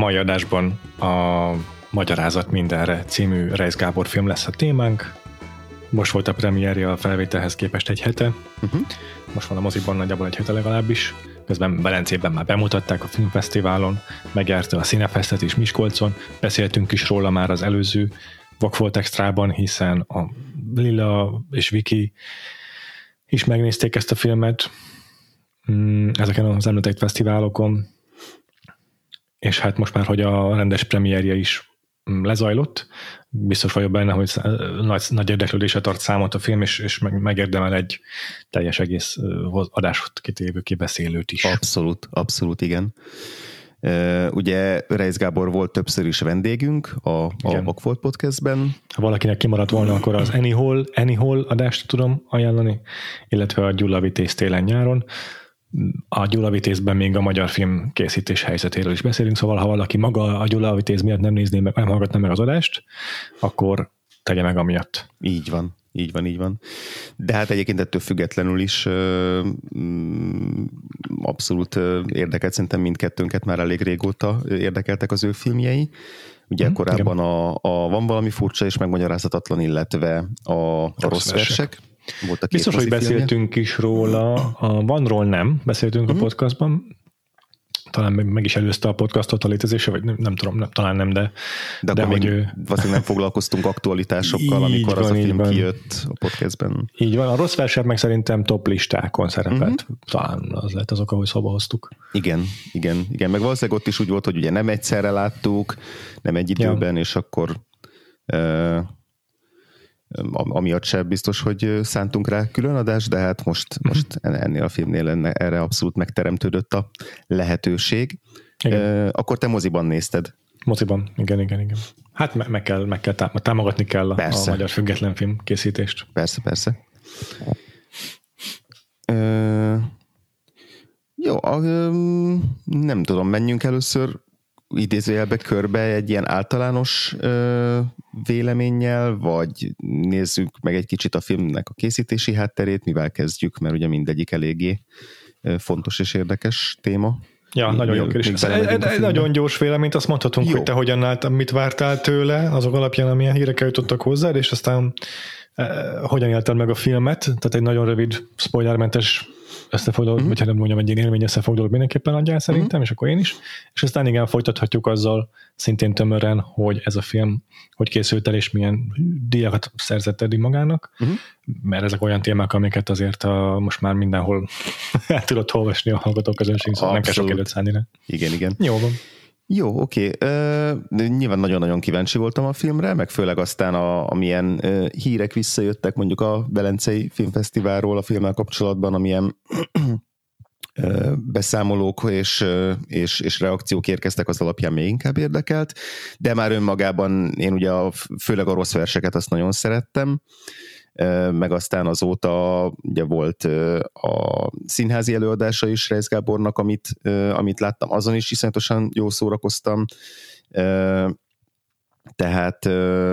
mai adásban a Magyarázat mindenre című Reisz Gábor film lesz a témánk. Most volt a premierje a felvételhez képest egy hete. Most van a moziban nagyjából egy hete legalábbis. Közben Velencében már bemutatták a filmfesztiválon, megjárta a Cinefestet is Miskolcon, beszéltünk is róla már az előző Vakfolt Extrában, hiszen a Lilla és Viki is megnézték ezt a filmet ezeken az említett fesztiválokon, és hát most már, hogy a rendes premierje is lezajlott, biztos vagyok benne, hogy nagy érdeklődésre tart számot a film, és megérdemel egy teljes egész adást kitévő kibeszélőt is. Abszolút, igen. Ugye Reisz Gábor volt többször is vendégünk a Vakfolt Podcastben. Ha valakinek kimaradt volna, akkor az Anyhol adást tudom ajánlani, illetve a Gyula Vitéz télen-nyáron. A Gyula Vitézben még a magyar film készítés helyzetéről is beszélünk, szóval ha valaki maga a Gyula Vitéz miatt nem nézné meg, nem hallgatná meg az adást, akkor tegye meg amiatt. Így van. De hát egyébként ettől függetlenül is abszolút érdekelt, szerintem mindkettőnket már elég régóta érdekeltek az ő filmjei. Ugye korábban a Van valami furcsa és megmagyarázhatatlan, illetve a Rossz versek. Biztos, hogy beszéltünk is róla, a Vanról nem beszéltünk a podcastban, talán meg is előzte a podcastot a létezése, vagy nem tudom, talán nem, de akkor hogy még valószínűleg nem foglalkoztunk aktualitásokkal, amikor az a film kijött a podcastben. Így van, a Rossz versek meg szerintem top listákon szerepelt. Talán az lett az oka, hogy szóba hoztuk. Igen, meg valószínűleg ott is úgy volt, hogy ugye nem egyszerre láttuk, nem egy időben, és akkor amiatt sem biztos, hogy szántunk rá külön adást, de hát most ennél a filmnél erre abszolút megteremtődött a lehetőség. Akkor te moziban nézted? Moziban, igen. Hát meg kell támogatni kell a magyar független film készítést. Persze. Jó, nem tudom, menjünk először idézőjelbe körbe egy ilyen általános véleménnyel, vagy nézzük meg egy kicsit a filmnek a készítési hátterét, mivel kezdjük, mert ugye mindegyik eléggé fontos és érdekes téma. Ja, nagyon jó kérdés. Egy nagyon gyors véleményt, azt mondhatunk, jó, hogy te hogyan álltál, mit vártál tőle, azok alapján, amilyen hírek eljutottak hozzád, és aztán hogyan élted meg a filmet, tehát egy nagyon rövid, spoilermentes összefoglalót, vagy nem mondjam, egy ilyen élmény összefoglalót mindenképpen adjál szerintem, és akkor én is. És aztán igen, folytathatjuk azzal szintén tömören, hogy ez a film hogy készült el, és milyen díjakat szerzett eddig magának, mert ezek olyan témák, amiket azért most már mindenhol el tudod olvasni a hallgatóközönség, szóval nem kell sok időt szállni rá. Igen. Jó van. Jó, oké. Nyilván nagyon-nagyon kíváncsi voltam a filmre, meg főleg aztán amilyen hírek visszajöttek mondjuk a Velencei Filmfesztiválról a filmmel kapcsolatban, amilyen beszámolók és reakciók érkeztek, az alapján még inkább érdekelt, de már önmagában én ugye főleg a Rossz verseket azt nagyon szerettem, meg aztán azóta ugye volt a színházi előadása is Reisz Gábornak, amit láttam, azon is iszonyatosan jól szórakoztam, tehát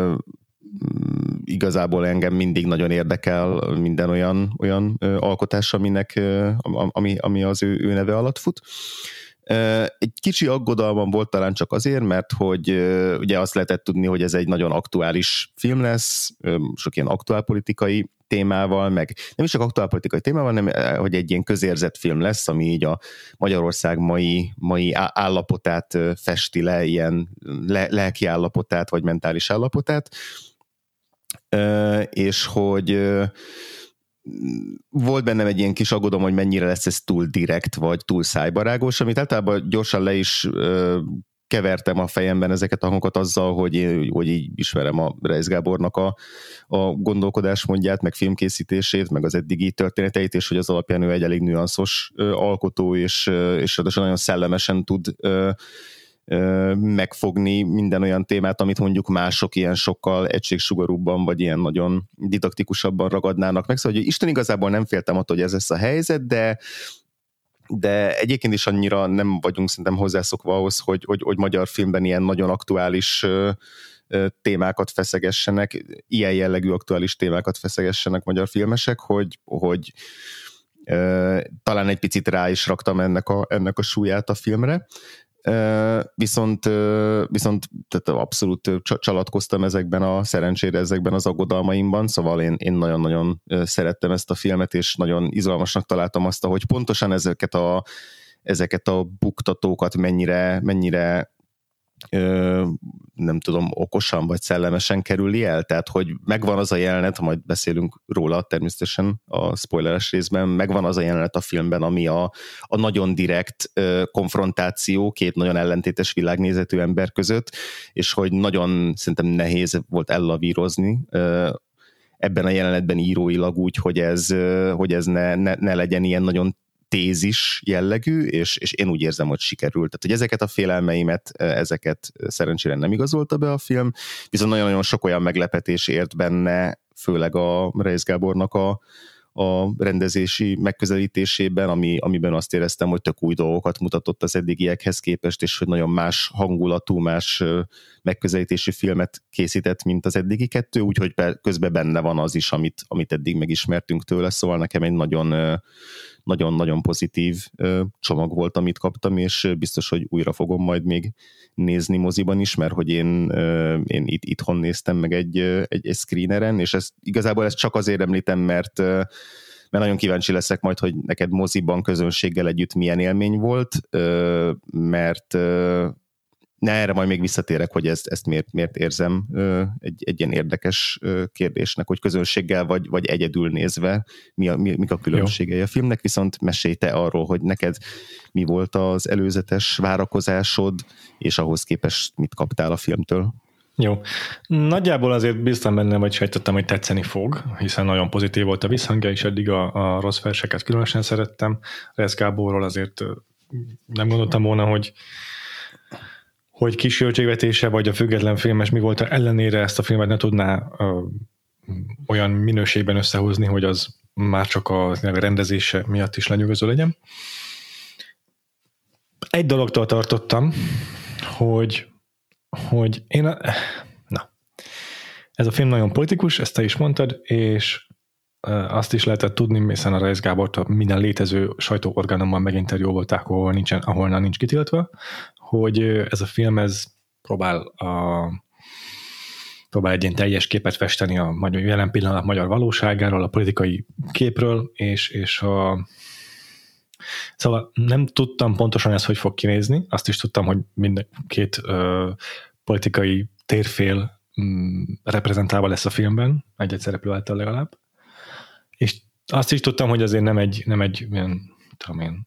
igazából engem mindig nagyon érdekel minden olyan alkotás, ami az ő neve alatt fut. Egy kicsi aggodalmam volt talán csak azért, mert hogy ugye azt lehetett tudni, hogy ez egy nagyon aktuális film lesz, sok ilyen aktuálpolitikai témával, meg nem is csak aktuálpolitikai témával, hanem hogy egy ilyen közérzett film lesz, ami így a Magyarország mai állapotát festi le, ilyen lelki állapotát, vagy mentális állapotát, és hogy volt bennem egy ilyen kis aggodalom, hogy mennyire lesz ez túl direkt, vagy túl szájbarágos, amit általában gyorsan le is kevertem a fejemben ezeket a hangokat azzal, hogy így ismerem a Reisz Gábornak a gondolkodásmódját, meg filmkészítését, meg az eddigi történeteit, és hogy az alapján ő egy elég nüanszos alkotó, és ráadásul nagyon szellemesen tud megfogni minden olyan témát, amit mondjuk mások ilyen sokkal egységsugarúbban, vagy ilyen nagyon didaktikusabban ragadnának meg. Szóval, hogy Isten igazából nem féltem attól, hogy ez lesz a helyzet, de egyébként is annyira nem vagyunk szerintem hozzászokva ahhoz, hogy magyar filmben ilyen nagyon aktuális témákat feszegessenek, ilyen jellegű aktuális témákat feszegessenek magyar filmesek, hogy talán egy picit rá is raktam ennek a súlyát a filmre. Viszont tehát abszolút csalatkoztam szerencsére ezekben az aggodalmaimban, szóval én nagyon-nagyon szerettem ezt a filmet, és nagyon izgalmasnak találtam azt, hogy pontosan ezeket a buktatókat mennyire nem tudom, okosan vagy szellemesen kerüli el, tehát hogy megvan az a jelenet, majd beszélünk róla természetesen a spoileres részben, megvan az a jelenet a filmben, ami a nagyon direkt konfrontáció két nagyon ellentétes világnézetű ember között, és hogy nagyon szerintem nehéz volt ellavírozni ebben a jelenetben íróilag úgy, hogy ez ne legyen ilyen nagyon tézis jellegű, és én úgy érzem, hogy sikerült. Tehát, hogy ezeket a félelmeimet, ezeket szerencsére nem igazolta be a film, viszont nagyon-nagyon sok olyan meglepetés ért benne, főleg a Reisz Gábornak a rendezési megközelítésében, amiben azt éreztem, hogy tök új dolgokat mutatott az eddigiekhez képest, és hogy nagyon más hangulatú, más megközelítési filmet készített, mint az eddigi kettő, úgyhogy közben benne van az is, amit eddig megismertünk tőle, szóval nekem egy nagyon-nagyon pozitív csomag volt, amit kaptam, és biztos, hogy újra fogom majd még nézni moziban is, mert hogy én itt itthon néztem meg egy screeneren, és igazából ezt csak azért említem, mert nagyon kíváncsi leszek majd, hogy neked moziban közönséggel együtt milyen élmény volt, mert erre majd még visszatérek, hogy ezt miért érzem egy ilyen érdekes kérdésnek, hogy közönséggel vagy egyedül nézve mik a különbségei a filmnek, viszont mesélj te arról, hogy neked mi volt az előzetes várakozásod, és ahhoz képest mit kaptál a filmtől. Jó. Nagyjából azért biztos benne, vagy sejtettem, hogy tetszeni fog, hiszen nagyon pozitív volt a visszhangja, és eddig a rossz verseket különösen szerettem. Reisz Gáborról azért nem gondoltam volna, hogy kis költségvetése, vagy a független filmes mi volt ellenére ezt a filmet ne tudná olyan minőségben összehozni, hogy az már csak a rendezése miatt is lenyűgöző legyen. Egy dologtól tartottam, hogy ez a film nagyon politikus, ezt te is mondtad, és azt is lehetett tudni, hiszen a Reisz Gábort minden létező sajtóorgánumban meginterjúvolták, ahol nincs kitiltva, hogy ez a film próbál egy ilyen teljes képet festeni a jelen pillanat magyar valóságáról, a politikai képről, szóval nem tudtam pontosan ezt, hogy fog kinézni, azt is tudtam, hogy két politikai térfél reprezentálva lesz a filmben, egy szereplő által legalább, és azt is tudtam, hogy azért nem egy ilyen, tudom én,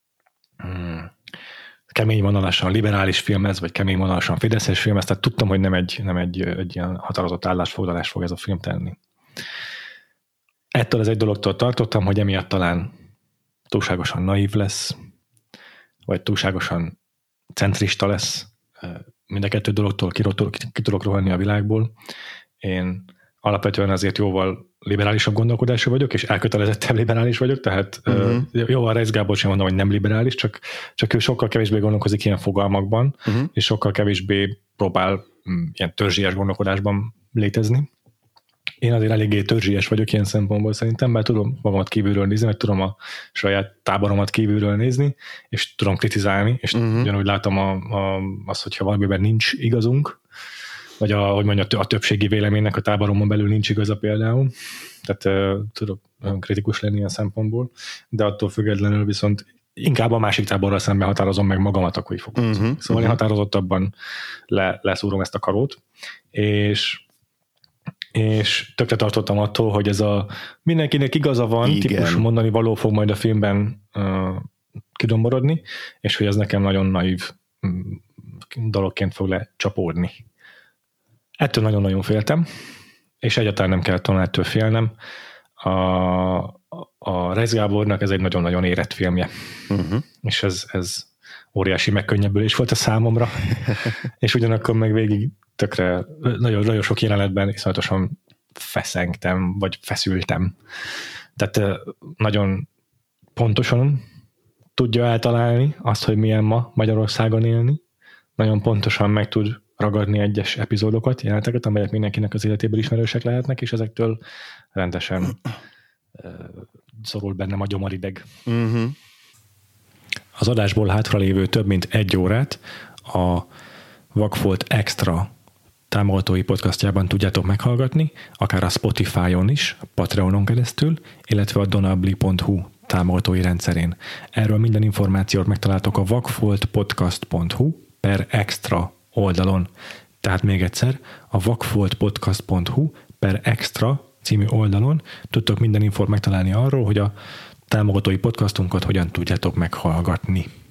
kemény vonalasan liberális film ez, vagy kemény vonalasan fideszes film ez, tehát tudtam, hogy nem egy ilyen határozott állásfoglalást fog ez a film tenni. Ettől az egy dologtól tartottam, hogy emiatt talán túlságosan naív lesz, vagy túlságosan centrista lesz. Mind a kettő dologtól ki tudok rohanni a világból. Én alapvetően azért jóval liberálisabb gondolkodású vagyok, és elkötelezettebb liberális vagyok, tehát jóval Reisz Gábor sem mondom, hogy nem liberális, csak ő sokkal kevésbé gondolkozik ilyen fogalmakban, és sokkal kevésbé próbál ilyen törzsies gondolkodásban létezni. Én azért eléggé törzsies vagyok ilyen szempontból szerintem, mert tudom magamat kívülről nézni, mert tudom a saját táboromat kívülről nézni, és tudom kritizálni, és ugyanúgy látom azt, hogyha valamiben nincs igazunk, vagy a többségi véleménynek a táboromon belül nincs igaza például. Tehát tudok nagyon kritikus lenni ilyen szempontból, de attól függetlenül viszont inkább a másik táborral szemben határozom meg magamat, akkor így fogok. Szóval én határozottabban leszúrom ezt a karót, és tökre tartottam attól, hogy ez a mindenkinek igaza van, típusú mondani való fog majd a filmben kidomborodni, és hogy ez nekem nagyon naív dologként fog lecsapódni. Ettől nagyon-nagyon féltem, és egyáltalán nem kellett volna ettől félnem. A Reisz Gábornak ez egy nagyon-nagyon érett filmje, és ez óriási megkönnyebbülés volt a számomra, és ugyanakkor meg végig tökre, nagyon sok jelenetben iszonyatosan feszengtem, vagy feszültem. Tehát nagyon pontosan tudja eltalálni azt, hogy milyen ma Magyarországon élni, nagyon pontosan meg tud ragadni egyes epizódokat, jeleneteket, amelyek mindenkinek az életéből ismerősek lehetnek, és ezektől rendesen szorul bennem a gyomorideg. Az adásból hátralévő több mint 1 órát a Vagfolt Extra támogatói podcastjában tudjátok meghallgatni, akár a Spotify-on is, a Patreonon keresztül, illetve a donabli.hu támogatói rendszerén. Erről minden információt megtaláltok a vagfoltpodcast.hu/extra oldalon. Tehát még egyszer, a vagfoltpodcast.hu/extra című oldalon tudtok minden infót megtalálni arról, hogy a támogatói podcastunkat hogyan tudjátok meghallgatni.